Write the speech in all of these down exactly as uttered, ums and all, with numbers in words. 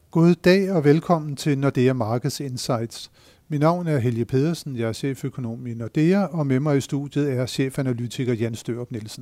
God dag og velkommen til Nordea Markets Insights. Mit navn er Helge Pedersen, jeg er cheføkonom i Nordea, og med mig i studiet er chefanalytiker Jan Størup Nielsen.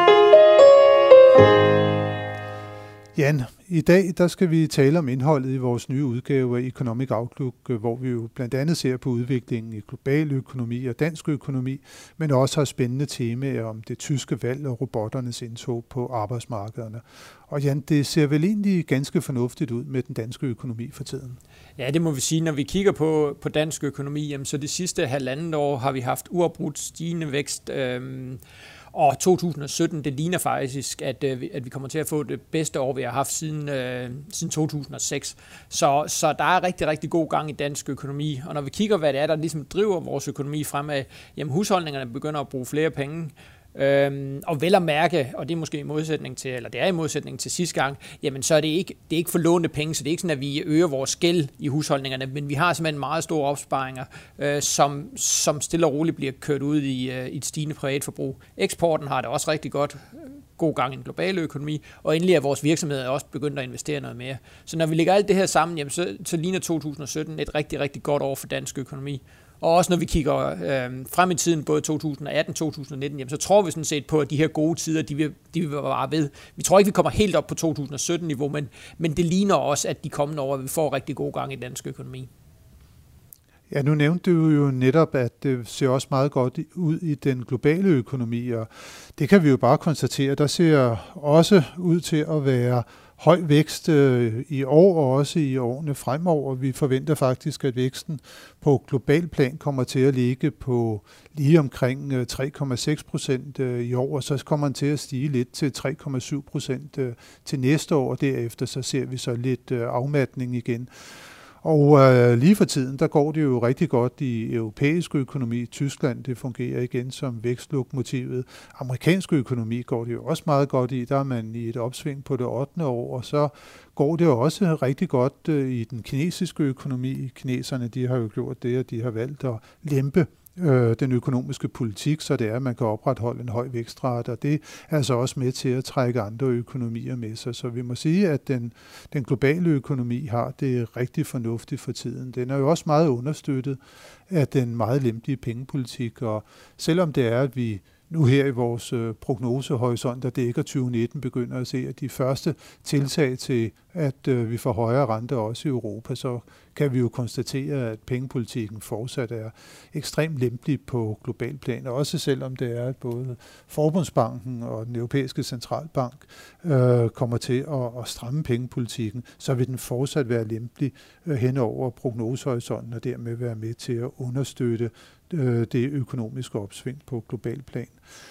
Jan, i dag der skal vi tale om indholdet i vores nye udgave af Economic Outlook, hvor vi jo blandt andet ser på udviklingen i global økonomi og dansk økonomi, men også har spændende temaer om det tyske valg og robotternes indtog på arbejdsmarkederne. Og Jan, det ser vel egentlig ganske fornuftigt ud med den danske økonomi for tiden? Ja, det må vi sige. Når vi kigger på, på dansk økonomi, jamen, så det sidste halvandet år har vi haft uafbrudt stigende vækst. Øhm, Og to tusind og sytten, det ligner faktisk, at, at vi kommer til at få det bedste år, vi har haft siden, øh, siden to tusind og seks. Så, så der er rigtig, rigtig god gang i dansk økonomi. Og når vi kigger, hvad det er, der ligesom driver vores økonomi fremad, jamen husholdningerne begynder at bruge flere penge. Øhm, og vel at mærke, og det er måske i modsætning til, eller det er i modsætning til sidste gang, jamen så er det ikke, det er ikke forlånte penge, så det er ikke sådan, at vi øger vores gæld i husholdningerne, men vi har simpelthen meget store opsparinger, øh, som, som stille og roligt bliver kørt ud i, øh, i et stigende privatforbrug. Eksporten har det også rigtig godt, god gang i den globale økonomi, og endelig er vores virksomheder også begyndt at investere noget mere. Så når vi lægger alt det her sammen, jamen så, så ligner to tusind og sytten et rigtig, rigtig godt år for dansk økonomi. Og også når vi kigger øh, frem i tiden, både to tusind og atten og to tusind og nitten, jamen, så tror vi sådan set på, at de her gode tider, de vil, de vil være ved. Vi tror ikke, vi kommer helt op på to tusind og sytten-niveau, men, men det ligner også, at de kommende år, vi får rigtig god gang i dansk økonomi. Ja, nu nævnte du jo netop, at det ser også meget godt ud i den globale økonomi, og det kan vi jo bare konstatere. Der ser også ud til at være høj vækst i år og også i årene fremover. Vi forventer faktisk, at væksten på global plan kommer til at ligge på lige omkring tre komma seks procent i år, og så kommer den til at stige lidt til tre komma syv procent til næste år, og derefter så ser vi så lidt afmatning igen. Og øh, lige for tiden, der går det jo rigtig godt i europæisk økonomi. Tyskland, det fungerer igen som vækstlokomotivet. Amerikansk økonomi går det jo også meget godt i. Der er man i et opsving på det ottende år, og så går det jo også rigtig godt øh, i den kinesiske økonomi. Kineserne, de har jo gjort det, at de har valgt at lempe den økonomiske politik, så det er, at man kan opretholde en høj vækstrate, og det er altså også med til at trække andre økonomier med sig. Så vi må sige, at den, den globale økonomi har det rigtig fornuftigt for tiden. Den er jo også meget understøttet af den meget lempelige pengepolitik, og selvom det er, at vi nu her i vores prognosehorisont, der dækker tyve nitten, begynder at se, at de første tiltag til, at vi får højere renter også i Europa, så kan vi jo konstatere, at pengepolitikken fortsat er ekstremt lempelig på global plan, også selvom det er, at både Forbundsbanken og den europæiske centralbank øh, kommer til at, at stramme pengepolitikken, så vil den fortsat være lempelig øh, hen over prognosehorisonten og dermed være med til at understøtte øh, det økonomiske opsving på global plan.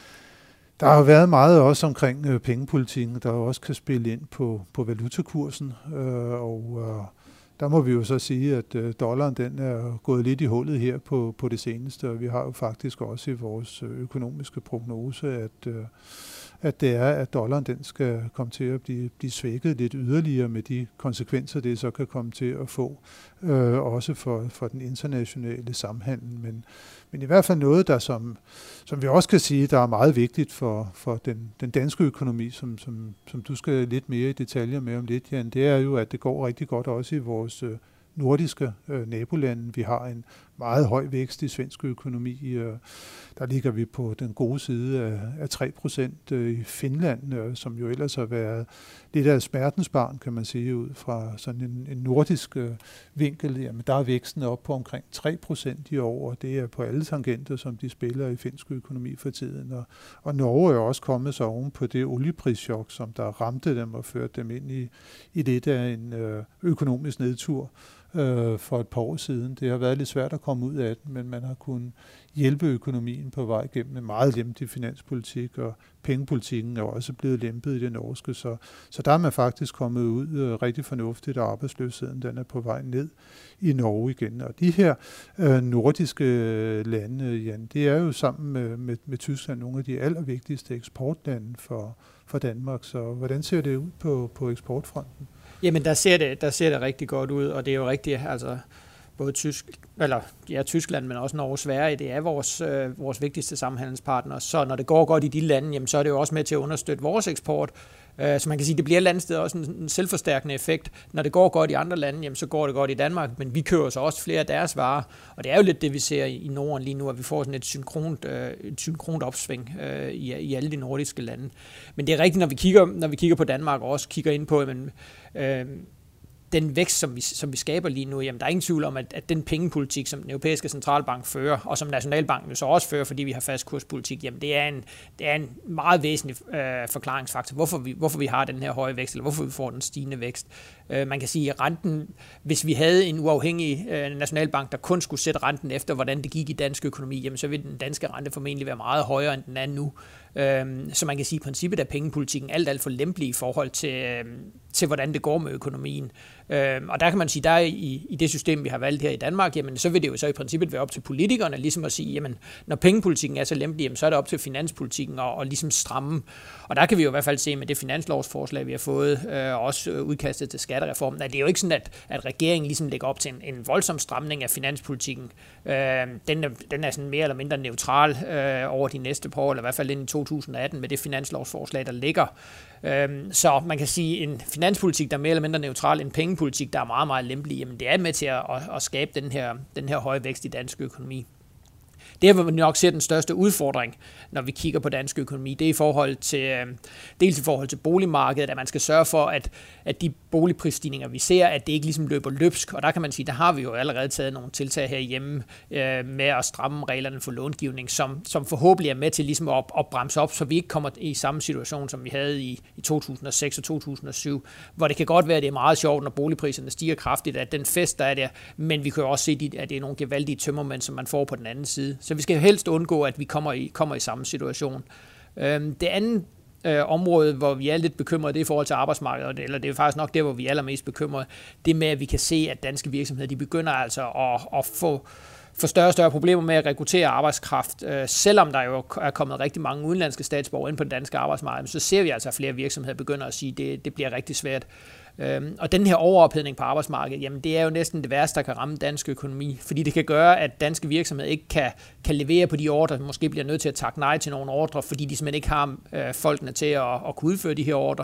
Der har været meget også omkring øh, pengepolitikken, der også kan spille ind på, på valutakursen, øh, og øh, der må vi jo så sige, at øh, dollaren den er gået lidt i hullet her på, på det seneste, og vi har jo faktisk også i vores økonomiske prognose, at, øh, at det er, at dollaren den skal komme til at blive, blive svækket lidt yderligere med de konsekvenser, det så kan komme til at få, øh, også for, for den internationale samhandel. Men, men i hvert fald noget, der som, som vi også kan sige, der er meget vigtigt for, for den, den danske økonomi, som, som, som du skal lidt mere i detaljer med om lidt, Jan, det er jo, at det går rigtig godt også i vores øh, nordiske øh, nabolande. Vi har en meget høj vækst i svensk økonomi. Øh, der ligger vi på den gode side af, af tre procent. Øh, I Finland, øh, som jo ellers har været lidt af et smertensbarn, kan man sige, ud fra sådan en, en nordisk øh, vinkel, jamen der er væksten op på omkring tre procent i år, og det er på alle tangenter, som de spiller i finsk økonomi for tiden. Og, og Norge er også kommet så oven på det olieprischok, som der ramte dem og førte dem ind i, i lidt af en øh, økonomisk nedtur øh, for et par år siden. Det har været lidt svært at komme ud af den, men man har kunnet hjælpe økonomien på vej gennem en meget lempelig finanspolitik, og pengepolitikken er også blevet lempet i det norske, så, så der er man faktisk kommet ud øh, rigtig fornuftigt, og arbejdsløsheden den er på vej ned i Norge igen. Og de her øh, nordiske lande, Jan, det er jo sammen med, med, med Tyskland nogle af de allervigtigste eksportlande for, for Danmark, så hvordan ser det ud på, på eksportfronten? Jamen, der ser, det, der ser det rigtig godt ud, og det er jo rigtigt, altså både Tysk, eller, ja, Tyskland, men også Norge og Sverige, det er vores, øh, vores vigtigste samhandelspartnere. Så når det går godt i de lande, jamen, så er det jo også med til at understøtte vores eksport. Så man kan sige, at det bliver et eller andet sted også en selvforstærkende effekt. Når det går godt i andre lande, jamen, så går det godt i Danmark, men vi køber så også flere af deres varer. Og det er jo lidt det, vi ser i Norden lige nu, at vi får sådan et synkront, et synkront opsving i, i alle de nordiske lande. Men det er rigtigt, når vi kigger, når vi kigger på Danmark og også kigger ind på, men, øh, den vækst, som vi, som vi skaber lige nu, jamen der er ingen tvivl om, at, at den pengepolitik, som den europæiske centralbank fører, og som Nationalbanken så også fører, fordi vi har fastkurspolitik, jamen det er en, det er en meget væsentlig øh, forklaringsfaktor, hvorfor vi, hvorfor vi har den her høje vækst, eller hvorfor vi får den stigende vækst. Øh, man kan sige, at renten, hvis vi havde en uafhængig øh, nationalbank, der kun skulle sætte renten efter, hvordan det gik i dansk økonomi, jamen så ville den danske rente formentlig være meget højere, end den er nu. Så man kan sige, at i princippet er pengepolitikken alt, alt for lempelig i forhold til, til hvordan det går med økonomien. Og der kan man sige, der i, i det system, vi har valgt her i Danmark, jamen, så vil det jo så i princippet være op til politikerne ligesom at sige, jamen, når pengepolitikken er så lempelig, jamen, så er det op til finanspolitikken at, at ligesom stramme. Og der kan vi jo i hvert fald se med det finanslovsforslag, vi har fået, øh, også udkastet til skattereformen, at det er jo ikke sådan, at, at regeringen ligesom lægger op til en, en voldsom stramning af finanspolitikken. Øh, den, er, den er sådan mere eller mindre neutral øh, over de næste par år, eller i hvert fald ind i to tusind atten med det finanslovsforslag, der ligger. Øh, så man kan sige, en finanspolitik, der er mere eller mindre neutral, en pengepolitik, der er meget, meget lempelig, jamen det er med til at, at, at skabe den her, den her høje vækst i dansk økonomi. Det, hvor vi nok ser den største udfordring, når vi kigger på dansk økonomi, det er i forhold til, dels i forhold til boligmarkedet, at man skal sørge for, at, at de boligprisstigninger, vi ser, at det ikke ligesom løber løbsk. Og der kan man sige, der har vi jo allerede taget nogle tiltag herhjemme øh, med at stramme reglerne for långivning, som, som forhåbentlig er med til ligesom at, at bremse op, så vi ikke kommer i samme situation, som vi havde i, i to tusind og seks og to tusind og syv, hvor det kan godt være, at det er meget sjovt, når boligpriserne stiger kraftigt, at den fest, der er der, men vi kan jo også se, at det er nogle gevaldige tømmermænd, som man får på den anden side. Så vi skal helst undgå, at vi kommer i, kommer i samme situation. Øhm, det andet øh, område, hvor vi er lidt bekymrede, det er i forhold til arbejdsmarkedet, eller det er faktisk nok det, hvor vi er allermest bekymrede, det med, at vi kan se, at danske virksomheder, de begynder altså at, at få for større og større problemer med at rekruttere arbejdskraft. Øh, selvom der jo er kommet rigtig mange udenlandske statsborgere ind på det danske arbejdsmarked, så ser vi altså, at flere virksomheder begynder at sige, at det, det bliver rigtig svært. Øhm, og den her overophedning på arbejdsmarkedet, jamen det er jo næsten det værste, der kan ramme dansk økonomi, fordi det kan gøre, at danske virksomheder ikke kan, kan levere på de ordrer, måske bliver nødt til at takke nej til nogle ordrer, fordi de simpelthen ikke har øh, folkene til at, at kunne udføre de her ordrer.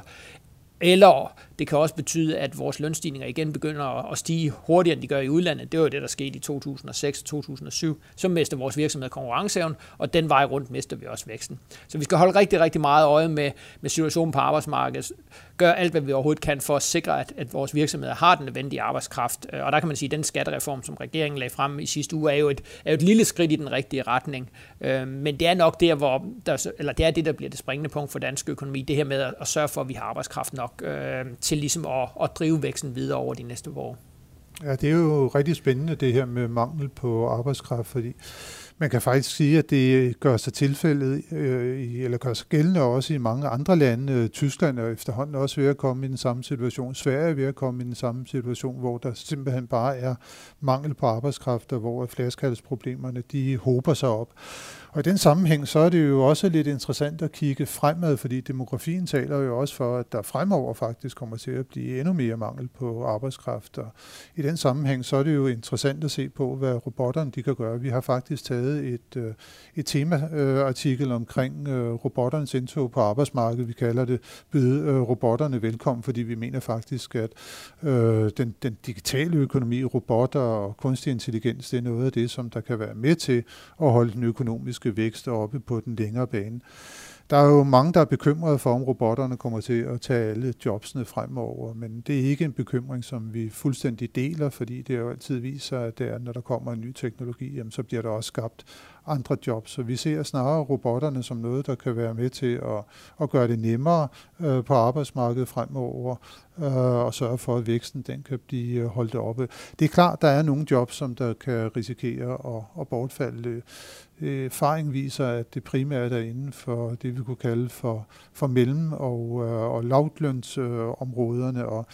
Eller det kan også betyde, at vores lønstigninger igen begynder at stige hurtigere, end de gør i udlandet. Det var jo det, der skete i to tusind og seks og to tusind og syv. Så mister vores virksomhed konkurrenceevnen, og den vej rundt mister vi også væksten. Så vi skal holde rigtig, rigtig meget øje med, med situationen på arbejdsmarkedet. Gør alt, hvad vi overhovedet kan for at sikre, at, at vores virksomheder har den nødvendige arbejdskraft. Og der kan man sige, at den skattereform, som regeringen lagde frem i sidste uge, er jo et, er jo et lille skridt i den rigtige retning. Men det er nok der, hvor der, eller det er det, der bliver det springende punkt for dansk økonomi, det her med at, at sørge for, at vi har arbejdskraft nok øh, til ligesom at, at drive væksten videre over de næste år. Ja, det er jo rigtig spændende det her med mangel på arbejdskraft, fordi man kan faktisk sige, at det gør sig tilfældet, øh, eller gør sig gældende også i mange andre lande. Tyskland er efterhånden også ved at komme i den samme situation. Sverige er ved at komme i den samme situation, hvor der simpelthen bare er mangel på arbejdskraft, og hvor flaskehalsproblemerne de hober sig op. Og i den sammenhæng, så er det jo også lidt interessant at kigge fremad, fordi demografien taler jo også for, at der fremover faktisk kommer til at blive endnu mere mangel på arbejdskraft. Og i den sammenhæng, så er det jo interessant at se på, hvad robotterne de kan gøre. Vi har faktisk taget et, et temaartikel omkring robotternes indtog på arbejdsmarkedet. Vi kalder det byde robotterne velkommen, fordi vi mener faktisk, at øh, den, den digitale økonomi, robotter og kunstig intelligens, det er noget af det, som der kan være med til at holde den økonomiske vækst oppe på den længere bane. Der er jo mange, der er bekymrede for, om robotterne kommer til at tage alle jobsene fremover, men det er ikke en bekymring, som vi fuldstændig deler, fordi det jo altid viser, at det er, når der kommer en ny teknologi, jamen, så bliver der også skabt andre jobs. Så vi ser snarere robotterne som noget, der kan være med til at, at gøre det nemmere øh, på arbejdsmarkedet fremover, øh, og sørge for, at væksten den kan blive holdt oppe. Det er klart, der er nogle jobs, som der kan risikere at, at bortfalde. Erfaring viser, at det primært er inden for det, vi kunne kalde for, for mellem- og, øh, og lavtlønsområderne, og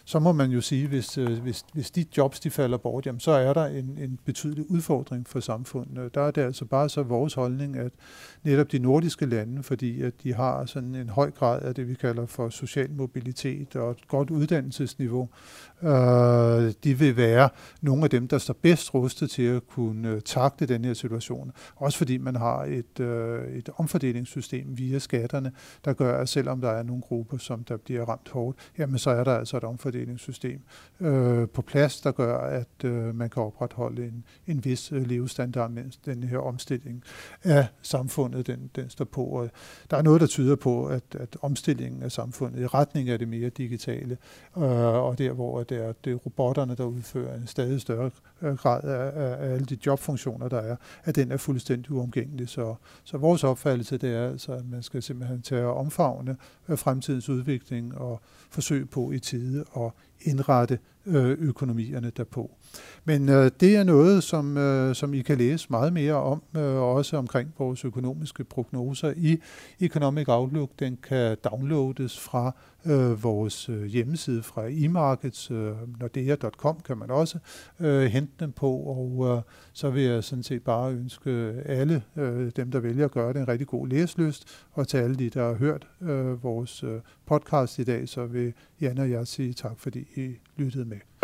så må man jo sige, hvis, hvis, hvis de jobs de falder bort, jamen, så er der en, en betydelig udfordring for samfundet. Der er det altså bare så vores holdning, at netop de nordiske lande, fordi at de har sådan en høj grad af det, vi kalder for social mobilitet og et godt uddannelsesniveau, øh, de vil være nogle af dem, der står bedst rustet til at kunne takle den her situation. Også fordi man har et, øh, et omfordelingssystem via skatterne, der gør, at selvom der er nogle grupper, som der bliver ramt hårdt, jamen så er der altså et omfordelingssystem øh, på plads, der gør, at øh, man kan opretholde en, en vis øh, levestandard, mens den her omstilling af samfundet, den, den står på. Og der er noget, der tyder på, at, at omstillingen af samfundet i retning af det mere digitale, øh, og der, hvor det er, det er robotterne, der udfører en stadig større grad af, af, af alle de jobfunktioner, der er, at den er fuldstændig uomgængelig. Så, så vores opfattelse, det er altså, at man skal simpelthen tage og omfavne fremtidens udvikling og forsøge på i tide at indrette økonomierne derpå. Men øh, det er noget, som, øh, som I kan læse meget mere om, øh, også omkring vores økonomiske prognoser i Economic Outlook. Den kan downloades fra øh, vores hjemmeside fra eMarkets, øh, nordea punktum com kan man også øh, hente dem på, og øh, så vil jeg sådan set bare ønske alle øh, dem, der vælger at gøre det, en rigtig god læselyst, og til alle de, der har hørt øh, vores øh, podcast i dag, så vil Jan og jeg sige tak, fordi I lyttede med.